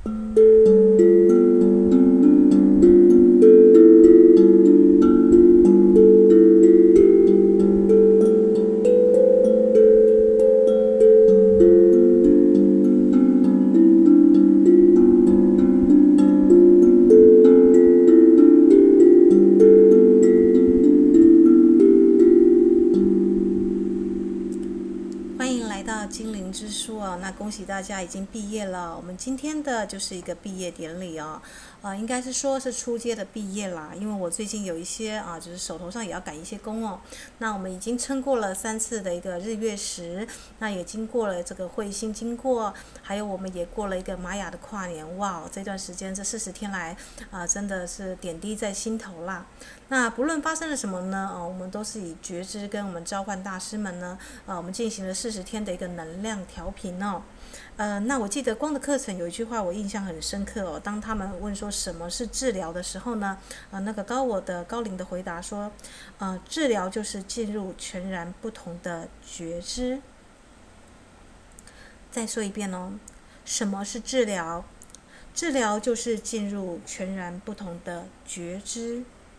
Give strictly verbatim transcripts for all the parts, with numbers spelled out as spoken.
那恭喜大家已经毕业了，我们今天的就是一个毕业典礼哦，呃，应该是说是初阶的毕业啦，因为我最近有一些啊，就是手头上也要赶一些工哦。那我们已经撑过了三次的一个日月食，那也经过了这个彗星经过，还有我们也过了一个玛雅的跨年，哇，这段时间这四十天来啊，真的是点滴在心头啦。那不论发生了什么呢，呃，我们都是以觉知跟我们召唤大师们呢，呃，我们进行了四十天的一个能量调频哦。呃，那我记得光的课程有一句话我印象很深刻哦，当他们问说什么是治疗的时候呢，呃，那个高我的高龄的回答说，呃，治疗就是进入全然不同的觉知。再说一遍哦，什么是治疗？治疗就是进入全然不同的觉知。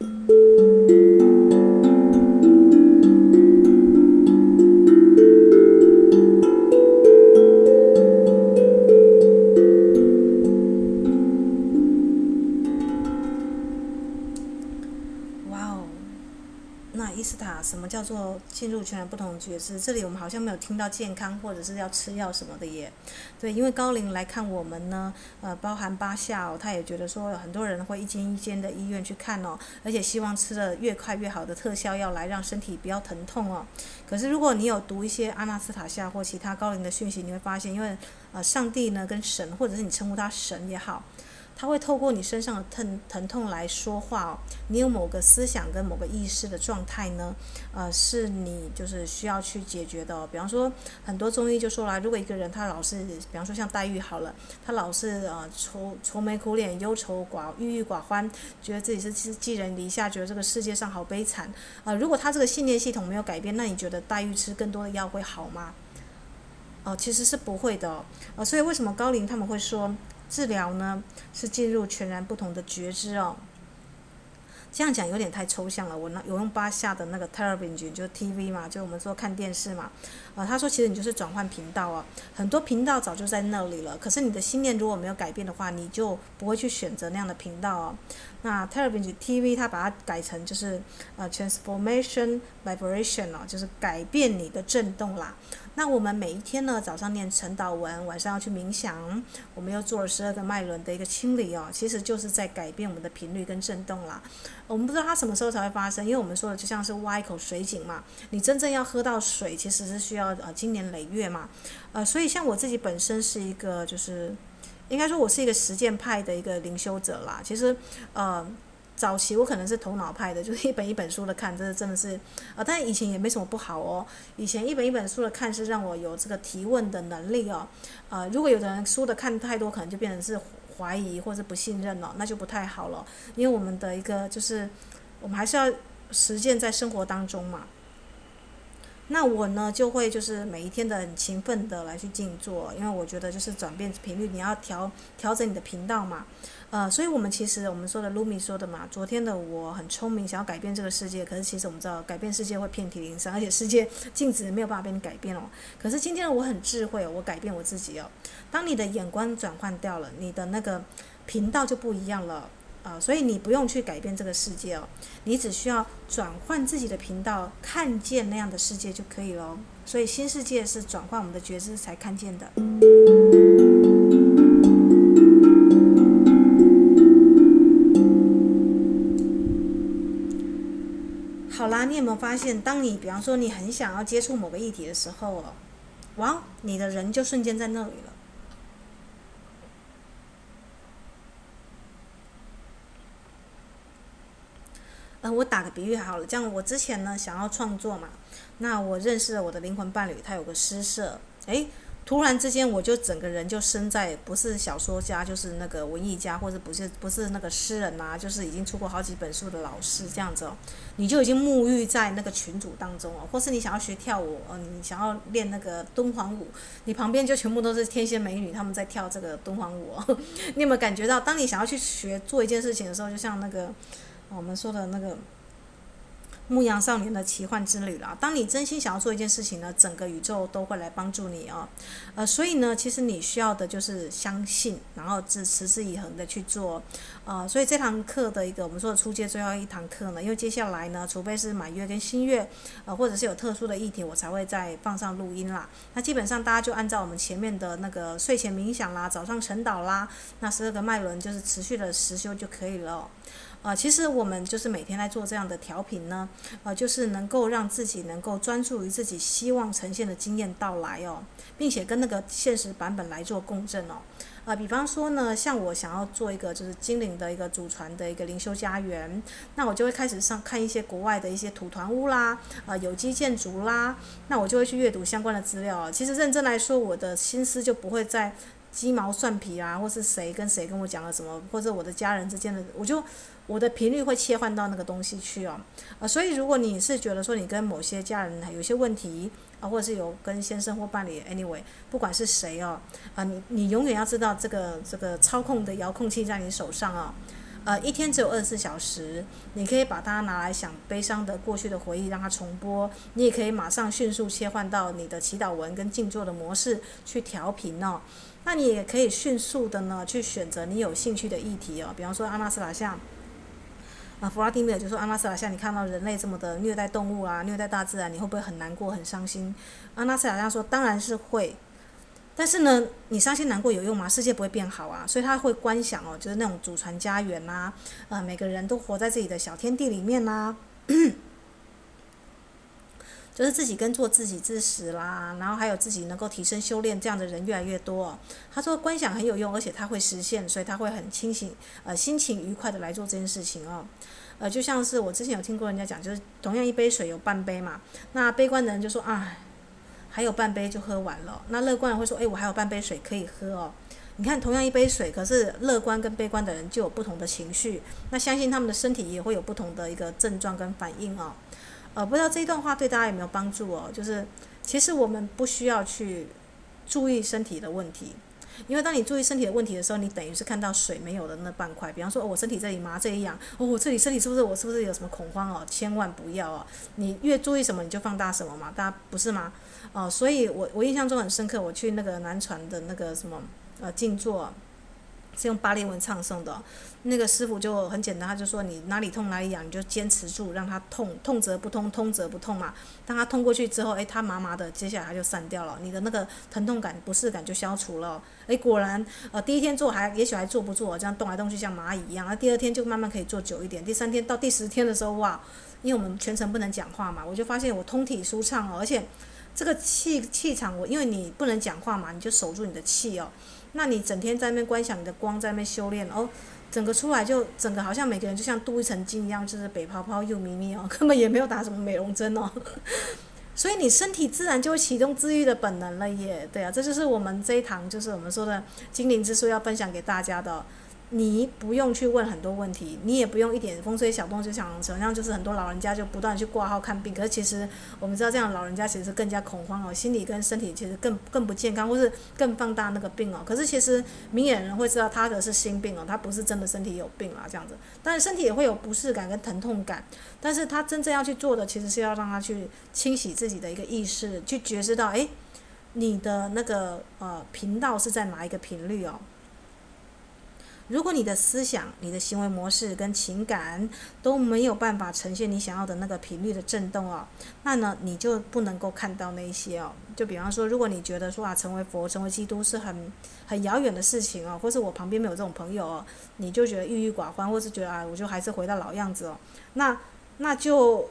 那伊斯塔，什么叫做进入全然不同的觉知？这里我们好像没有听到健康或者是要吃药什么的耶。对，因为高龄来看我们呢，呃，包含巴夏哦，他也觉得说有很多人会一间一间的医院去看哦，而且希望吃了越快越好的特效药来让身体不要疼痛哦。可是如果你有读一些阿纳斯塔夏或其他高龄的讯息，你会发现，因为呃上帝呢跟神，或者是你称呼他神也好，它会透过你身上的疼疼痛来说话哦。你有某个思想跟某个意识的状态呢，呃，是你就是需要去解决的哦。比方说，很多中医就说了，如果一个人他老是，比方说像黛玉好了，他老是呃愁愁眉苦脸、忧愁寡郁郁寡欢，觉得自己是寄人篱下，觉得这个世界上好悲惨。呃，如果他这个信念系统没有改变，那你觉得黛玉吃更多的药会好吗？哦、呃，其实是不会的哦。呃，所以为什么高龄他们会说？治疗呢是进入全然不同的觉知哦。这样讲有点太抽象了，我有用巴夏的那个 television 就 T V 嘛，就我们说看电视嘛，呃，他说其实你就是转换频道啊，很多频道早就在那里了，可是你的信念如果没有改变的话，你就不会去选择那样的频道哦。那 television T V 它把它改成就是呃 transformation vibration 哦，就是改变你的震动啦。那我们每一天呢，早上念晨祷文，晚上要去冥想，我们又做了十二个脉轮的一个清理哦，其实就是在改变我们的频率跟震动啦。我们不知道它什么时候才会发生，因为我们说的就像是挖一口水井嘛，你真正要喝到水，其实是需要呃经年累月嘛，呃，所以像我自己本身是一个就是，应该说我是一个实践派的一个灵修者啦。其实呃。早期我可能是头脑派的，就是一本一本书的看，这真的是，呃，但以前也没什么不好哦。以前一本一本书的看是让我有这个提问的能力哦。呃，如果有的人书的看太多，可能就变成是怀疑或者不信任了，那就不太好了。因为我们的一个就是，我们还是要实践在生活当中嘛。那我呢就会就是每一天的很勤奋的来去静坐，因为我觉得就是转变频率，你要调调整你的频道嘛。呃，所以我们其实我们说的 Lumi 说的嘛，昨天的我很聪明，想要改变这个世界，可是其实我们知道改变世界会遍体鳞伤，而且世界静止没有办法被你改变哦。可是今天的我很智慧哦，我改变我自己哦。当你的眼光转换掉了，你的那个频道就不一样了。呃，所以你不用去改变这个世界哦，你只需要转换自己的频道，看见那样的世界就可以了。所以新世界是转换我们的觉知才看见的。好啦，你有没有发现，当你比方说你很想要接触某个议题的时候哦，哇，你的人就瞬间在那里了。呃，我打个比喻好了，这样我之前呢想要创作嘛，那我认识了我的灵魂伴侣，他有个诗社，诶， 突然之间我就整个人就身在不是小说家就是那个文艺家，或者不是不是那个诗人啊，就是已经出过好几本书的老师这样子哦，你就已经沐浴在那个群组当中哦，或是你想要学跳舞哦，你想要练那个敦煌舞，你旁边就全部都是天仙美女，他们在跳这个敦煌舞哦，你有没有感觉到，当你想要去学做一件事情的时候，就像那个我们说的那个牧羊少年的奇幻之旅啦。当你真心想要做一件事情呢，整个宇宙都会来帮助你哦。呃，所以呢，其实你需要的就是相信，然后持持之以恒的去做。呃，所以这堂课的一个我们说的初阶最后一堂课呢，因为接下来呢，除非是满月跟新月，呃，或者是有特殊的议题，我才会再放上录音啦。那基本上大家就按照我们前面的那个睡前冥想啦、早上晨祷啦，那十二个脉轮就是持续的实修就可以了哦。呃，其实我们就是每天来做这样的调频呢，呃，就是能够让自己能够专注于自己希望呈现的经验到来哦，并且跟那个现实版本来做共振哦。呃，比方说呢，像我想要做一个就是精灵的一个祖传的一个灵修家园，那我就会开始上看一些国外的一些土团屋啦，呃，有机建筑啦，那我就会去阅读相关的资料。其实认真来说，我的心思就不会在鸡毛蒜皮啊，或是谁跟谁跟我讲了什么，或者我的家人之间的，我就我的频率会切换到那个东西去哦。呃，所以如果你是觉得说你跟某些家人有些问题啊，或者是有跟先生或伴侣 ，anyway， 不管是谁哦，啊，你你永远要知道这个这个操控的遥控器在你手上哦。呃，一天只有二十四小时，你可以把它拿来想悲伤的过去的回忆，让它重播。你也可以马上迅速切换到你的祈祷文跟静坐的模式去调频哦。那你也可以迅速的呢去选择你有兴趣的议题哦，比方说阿纳斯塔夏。啊，弗拉蒂米尔就说：“阿纳斯塔夏，你看到人类这么的虐待动物啊，虐待大自然，你会不会很难过、很伤心？”阿纳斯塔夏说：“当然是会，但是呢，你伤心难过有用吗？世界不会变好啊。”所以他会观想哦，就是那种祖传家园呐、呃，每个人都活在自己的小天地里面啦、就是自己跟做自己之时啦，然后还有自己能够提升修炼，这样的人越来越多、哦。他说观想很有用，而且他会实现，所以他会很清醒，呃，心情愉快的来做这件事情哦。呃，就像是我之前有听过人家讲，就是同样一杯水有半杯嘛，那悲观的人就说啊，还有半杯就喝完了。那乐观人会说，哎，我还有半杯水可以喝哦。你看，同样一杯水，可是乐观跟悲观的人就有不同的情绪，那相信他们的身体也会有不同的一个症状跟反应哦。呃，不知道这一段话对大家有没有帮助哦？就是其实我们不需要去注意身体的问题，因为当你注意身体的问题的时候，你等于是看到水没有的那半块。比方说，哦，我身体这里麻，这里痒，哦，我这里身体是不是我是不是有什么恐慌哦？千万不要哦！你越注意什么，你就放大什么嘛，大家不是吗？哦、呃，所以我我印象中很深刻，我去那个南传的那个什么呃静坐。是用巴利文唱诵的、哦，那个师傅就很简单，他就说你哪里痛哪里痒，你就坚持住，让它痛，痛则不痛，通则不痛嘛。当它通过去之后，哎，它麻麻的，接下来它就散掉了，你的那个疼痛感、不适感就消除了、哦。哎，果然，呃，第一天做还也许还做不做，这样动来动去像蚂蚁一样，那第二天就慢慢可以做久一点，第三天到第十天的时候，哇，因为我们全程不能讲话嘛，我就发现我通体舒畅哦，而且这个气气场我，因为你不能讲话嘛，你就守住你的气哦。那你整天在那边观想你的光，在那边修炼哦，整个出来就整个好像每个人就像镀一层金一样，就是北泡泡又咪咪哦，根本也没有打什么美容针哦，所以你身体自然就会启动治愈的本能了耶。对啊，这就是我们这一堂就是我们说的精灵之书要分享给大家的、哦。你不用去问很多问题，你也不用一点风吹小动就想成，像就是很多老人家就不断去挂号看病，可是其实我们知道这样老人家其实更加恐慌哦，心理跟身体其实更更不健康，或是更放大那个病哦。可是其实明眼人会知道他的是心病哦，他不是真的身体有病啦这样子，当然身体也会有不适感跟疼痛感，但是他真正要去做的其实是要让他去清洗自己的一个意识，去觉知到哎，你的那个呃频道是在哪一个频率哦。如果你的思想、你的行为模式跟情感都没有办法呈现你想要的那个频率的震动哦，那呢你就不能够看到那一些哦。就比方说，如果你觉得说啊，成为佛、成为基督是很很遥远的事情哦，或是我旁边没有这种朋友哦，你就觉得郁郁寡欢，或是觉得啊，我就还是回到老样子哦，那那就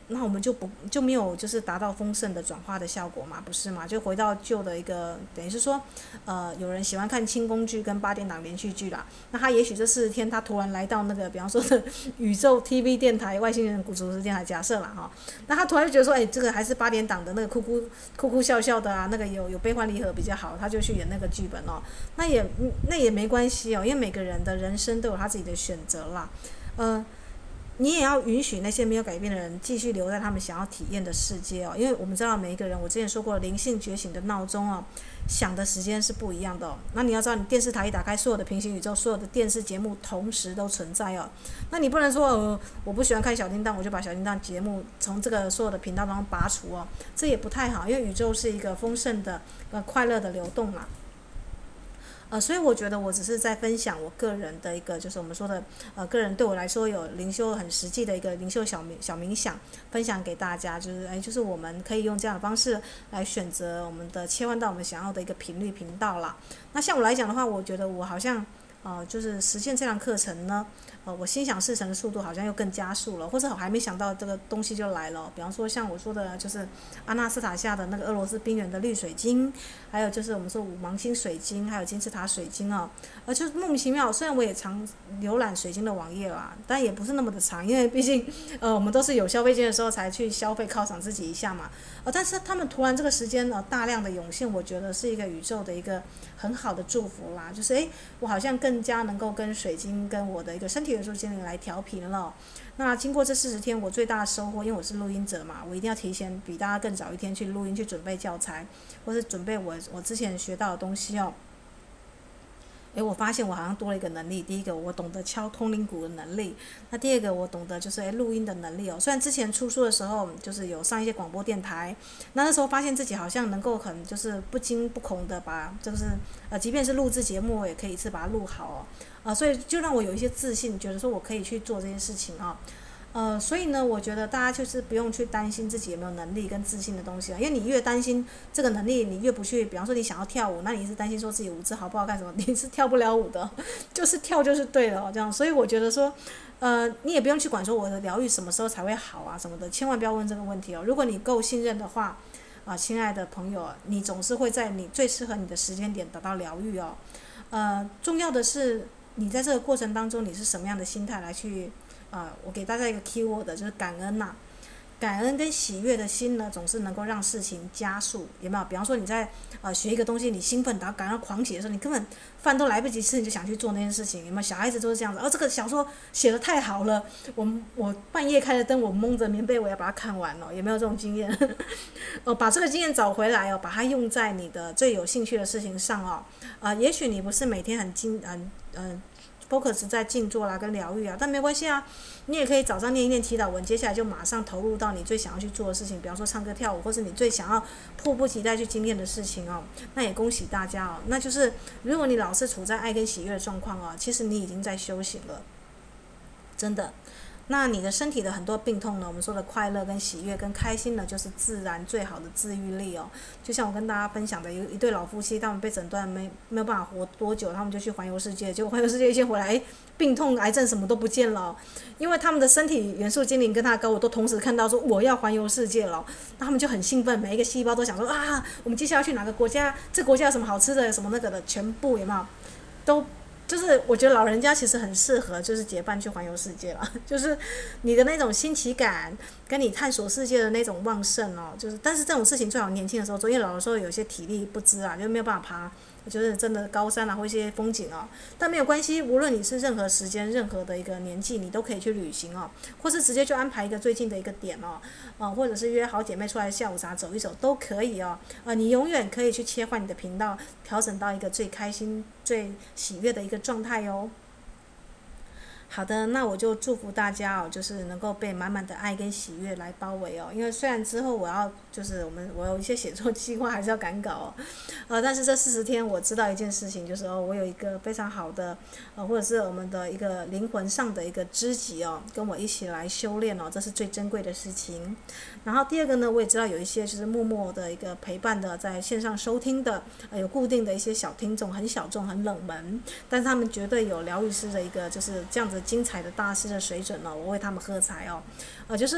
那我们就不就没有就是达到丰盛的转化的效果嘛，不是嘛？就回到旧的一个，等于是说，呃，有人喜欢看轻宫剧跟八点档连续剧啦，那他也许这四十天他突然来到那个，比方说的宇宙 T V 电台、外星人主持电台，假设啦哈，那他突然就觉得说，哎，这个还是八点档的那个哭哭哭哭笑笑的啊，那个有有悲欢离合比较好，他就去演那个剧本哦，那也那也没关系哦，因为每个人的人生都有他自己的选择啦，呃。你也要允许那些没有改变的人继续留在他们想要体验的世界哦，因为我们知道每一个人，我之前说过灵性觉醒的闹钟哦，响的时间是不一样的哦。那你要知道，你电视台一打开，所有的平行宇宙，所有的电视节目同时都存在哦。那你不能说呃，我不喜欢看小叮当，我就把小叮当节目从这个所有的频道当中拔除哦，这也不太好，因为宇宙是一个丰盛的、呃快乐的流动嘛。呃，所以我觉得我只是在分享我个人的一个，就是我们说的，呃，个人对我来说有灵修很实际的一个灵修小冥小冥想，分享给大家，就是哎，就是我们可以用这样的方式来选择我们的切换到我们想要的一个频率频道啦。那像我来讲的话，我觉得我好像。呃，就是实践这堂课程呢，呃，我心想事成的速度好像又更加速了，或者我还没想到这个东西就来了。比方说像我说的，就是阿纳斯塔夏的那个俄罗斯冰原的绿水晶，还有就是我们说五芒星水晶，还有金字塔水晶哦，呃，就是莫名其妙。虽然我也常浏览水晶的网页啦，但也不是那么的长，因为毕竟呃我们都是有消费金的时候才去消费犒赏自己一下嘛。呃，但是他们突然这个时间呢大量的涌现，我觉得是一个宇宙的一个很好的祝福啦，就是诶，我好像更加能够跟水晶跟我的一个身体元素精灵来调频了。那经过这四十天，我最大的收获，因为我是录音者嘛，我一定要提前比大家更早一天去录音，去准备教材，或是准备我我之前学到的东西哦。诶，我发现我好像多了一个能力。第一个，我懂得敲通灵鼓的能力。那第二个，我懂得就是诶录音的能力哦。虽然之前出书的时候，就是有上一些广播电台，那那时候发现自己好像能够很就是不惊不恐的把，就是呃，即便是录制节目，我也可以一次把它录好哦。呃，所以就让我有一些自信，觉得说我可以去做这些事情啊、哦。呃，所以呢，我觉得大家就是不用去担心自己有没有能力跟自信的东西啊，因为你越担心这个能力，你越不去，比方说你想要跳舞，那你是担心说自己舞姿好不好看什么，你是跳不了舞的，就是跳就是对了、哦、这样。所以我觉得说，呃，你也不用去管说我的疗愈什么时候才会好啊什么的，千万不要问这个问题哦。如果你够信任的话，啊、呃，亲爱的朋友，你总是会在你最适合你的时间点得到疗愈哦。呃，重要的是你在这个过程当中，你是什么样的心态来去。啊、呃，我给大家一个 keyword 就是感恩呐、啊，感恩跟喜悦的心呢，总是能够让事情加速，有没有？比方说你在呃学一个东西，你兴奋到感到狂喜的时候，你根本饭都来不及吃，你就想去做那件事情，有没有？小孩子都是这样子，哦，这个小说写得太好了，我我半夜开着灯，我蒙着棉被，我要把它看完了，有没有这种经验？哦，把这个经验找回来哦，把它用在你的最有兴趣的事情上哦。呃，也许你不是每天很精，嗯、呃、嗯。呃focus 在静坐啦跟疗愈啊，但没关系啊，你也可以早上念一念祈祷文，接下来就马上投入到你最想要去做的事情，比方说唱歌跳舞，或是你最想要迫不及待去经验的事情哦。那也恭喜大家哦，那就是如果你老是处在爱跟喜悦的状况哦，其实你已经在修行了，真的。那你的身体的很多病痛呢，我们说的快乐跟喜悦跟开心呢，就是自然最好的治愈力哦。就像我跟大家分享的，有一对老夫妻，他们被诊断没没有办法活多久，他们就去环游世界，结果环游世界一圈回来，哎，病痛、癌症什么都不见了、哦，因为他们的身体元素精灵跟他的高我都同时看到说我要环游世界了，那他们就很兴奋，每一个细胞都想说啊，我们接下来去哪个国家？这国家有什么好吃的？什么那个的，全部有没有？都。就是我觉得老人家其实很适合，就是结伴去环游世界了。就是你的那种新奇感，跟你探索世界的那种旺盛哦，就是但是这种事情最好年轻的时候做，因为老的时候有些体力不支啊，就没有办法爬。就是真的高山啊，或一些风景哦，但没有关系，无论你是任何时间、任何的一个年纪，你都可以去旅行哦，或是直接就安排一个最近的一个点哦，呃，或者是约好姐妹出来下午茶走一走都可以哦，呃，你永远可以去切换你的频道，调整到一个最开心、最喜悦的一个状态哦。好的，那我就祝福大家哦，就是能够被满满的爱跟喜悦来包围哦。因为虽然之后我要就是我们我有一些写作计划还是要赶稿哦，呃，但是这四十天我知道一件事情，就是哦，我有一个非常好的呃，或者是我们的一个灵魂上的一个知己哦，跟我一起来修炼哦，这是最珍贵的事情。然后第二个呢，我也知道有一些就是默默的一个陪伴的，在线上收听的，呃，有固定的一些小听众，很小众、很冷门，但是他们绝对有疗愈师的一个就是这样子精彩的大师的水准呢、哦，我为他们喝彩哦，呃，就是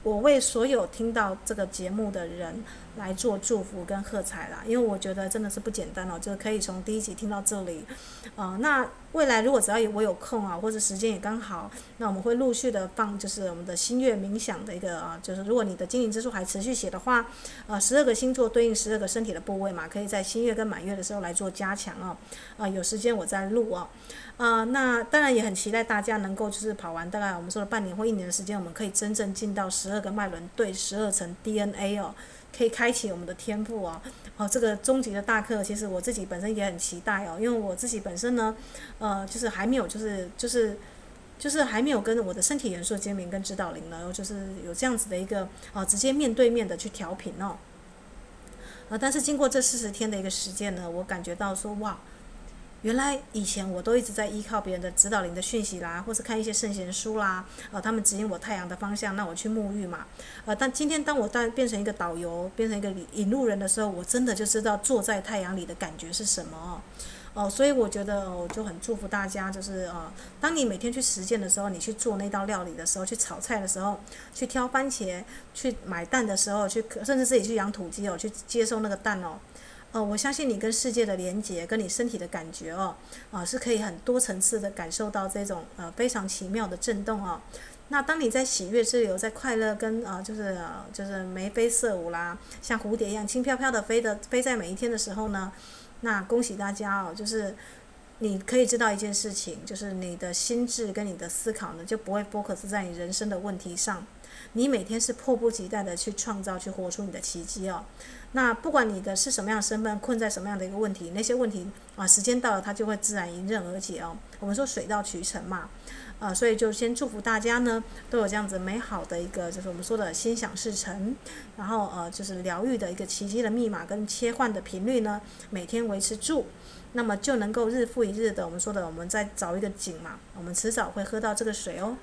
我为所有听到这个节目的人来做祝福跟喝彩啦，因为我觉得真的是不简单哦，就可以从第一集听到这里，呃，那未来如果只要我有空啊，或者时间也刚好，那我们会陆续的放，就是我们的新月冥想的一个啊，就是如果你的精灵之书还持续写的话，呃，十二个星座对应十二个身体的部位嘛，可以在新月跟满月的时候来做加强哦，啊、呃，有时间我再录哦。啊、呃，那当然也很期待大家能够就是跑完大概我们说的半年或一年的时间，我们可以真正进到十二个脉轮对十二层 D N A 哦，可以开启我们的天赋哦。哦，这个终极的大课，其实我自己本身也很期待哦，因为我自己本身呢，呃，就是还没有就是就是就是还没有跟我的身体元素精灵跟指导灵呢，就是有这样子的一个呃直接面对面的去调频哦。呃，但是经过这四十天的一个实践呢，我感觉到说哇。原来以前我都一直在依靠别人的指导灵的讯息啦，或是看一些圣贤书啦，呃，他们指引我太阳的方向，让我去沐浴嘛。呃，但今天当我当变成一个导游，变成一个引路人的时候，我真的就知道坐在太阳里的感觉是什么哦。哦，所以我觉得我、哦、就很祝福大家，就是呃，当你每天去实践的时候，你去做那道料理的时候，去炒菜的时候，去挑番茄，去买蛋的时候，去甚至自己去养土鸡哦，去接受那个蛋哦。呃，我相信你跟世界的连结，跟你身体的感觉哦，啊、呃，是可以很多层次的感受到这种呃非常奇妙的震动哦。那当你在喜悦之流，在快乐跟呃就是呃就是眉飞色舞啦，像蝴蝶一样轻飘飘的飞的飞在每一天的时候呢，那恭喜大家哦，就是你可以知道一件事情，就是你的心智跟你的思考呢，就不会 focus 在你人生的问题上。你每天是迫不及待的去创造，去活出你的奇迹哦。那不管你的是什么样的身份，困在什么样的一个问题，那些问题啊，时间到了，它就会自然迎刃而解哦。我们说水到渠成嘛，啊，所以就先祝福大家呢，都有这样子美好的一个，就是我们说的心想事成，然后呃，就是疗愈的一个奇迹的密码跟切换的频率呢，每天维持住，那么就能够日复一日的，我们说的，我们再找一个井嘛，我们迟早会喝到这个水哦。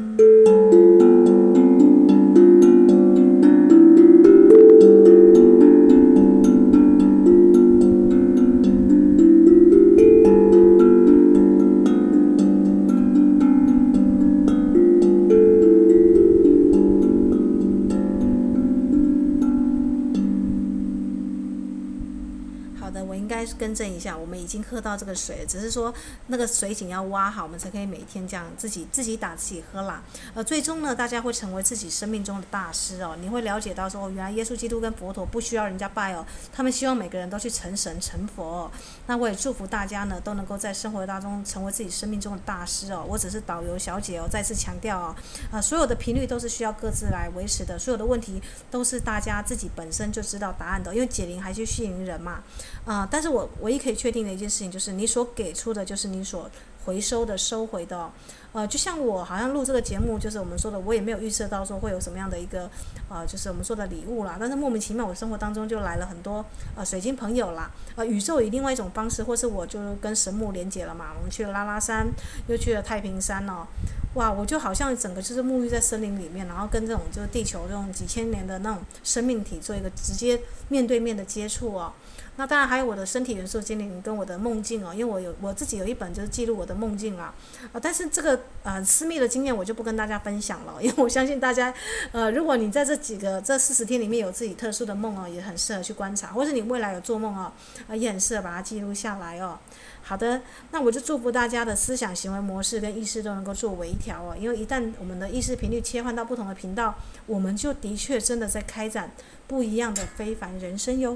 更正一下，我们已经喝到这个水了，只是说那个水井要挖好，我们才可以每天这样自己自己打自己喝啦。呃，最终呢，大家会成为自己生命中的大师哦。你会了解到说，哦，原来耶稣基督跟佛陀不需要人家拜哦，他们希望每个人都去成神成佛哦。那我也祝福大家呢，都能够在生活当中成为自己生命中的大师哦。我只是导游小姐哦，再次强调哦，呃，所有的频率都是需要各自来维持的，所有的问题都是大家自己本身就知道答案的，因为解铃还须系铃人嘛。啊、呃，但是我唯一可以确定的一件事情就是，你所给出的就是你所回收的、收回的哦。呃，就像我好像录这个节目，就是我们说的，我也没有预测到说会有什么样的一个呃，就是我们说的礼物啦。但是莫名其妙，我生活当中就来了很多呃水晶朋友啦。呃，宇宙以另外一种方式，或是我就跟神木连结了嘛。我们去了拉拉山，又去了太平山哦。哇，我就好像整个就是沐浴在森林里面，然后跟这种就是地球这种几千年的那种生命体做一个直接面对面的接触哦。那当然还有我的身体元素精灵跟我的梦境哦，因为我有我自己有一本就是记录我的梦境啦，啊，但是这个呃私密的经验我就不跟大家分享了，因为我相信大家，呃，如果你在这几个这四十天里面有自己特殊的梦哦，也很适合去观察，或是你未来有做梦哦，呃，也很适合把它记录下来哦。好的，那我就祝福大家的思想行为模式跟意识都能够做微调哦，因为一旦我们的意识频率切换到不同的频道，我们就的确真的在开展不一样的非凡人生哟。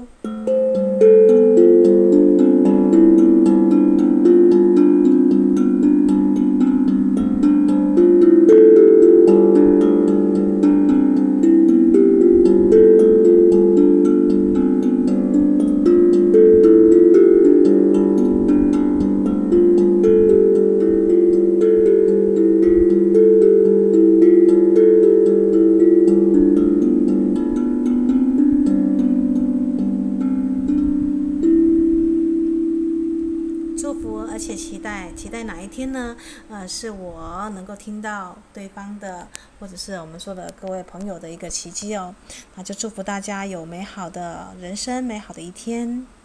天呢，呃，是我能够听到对方的，或者是我们说的各位朋友的一个奇迹哦。那就祝福大家有美好的人生，美好的一天。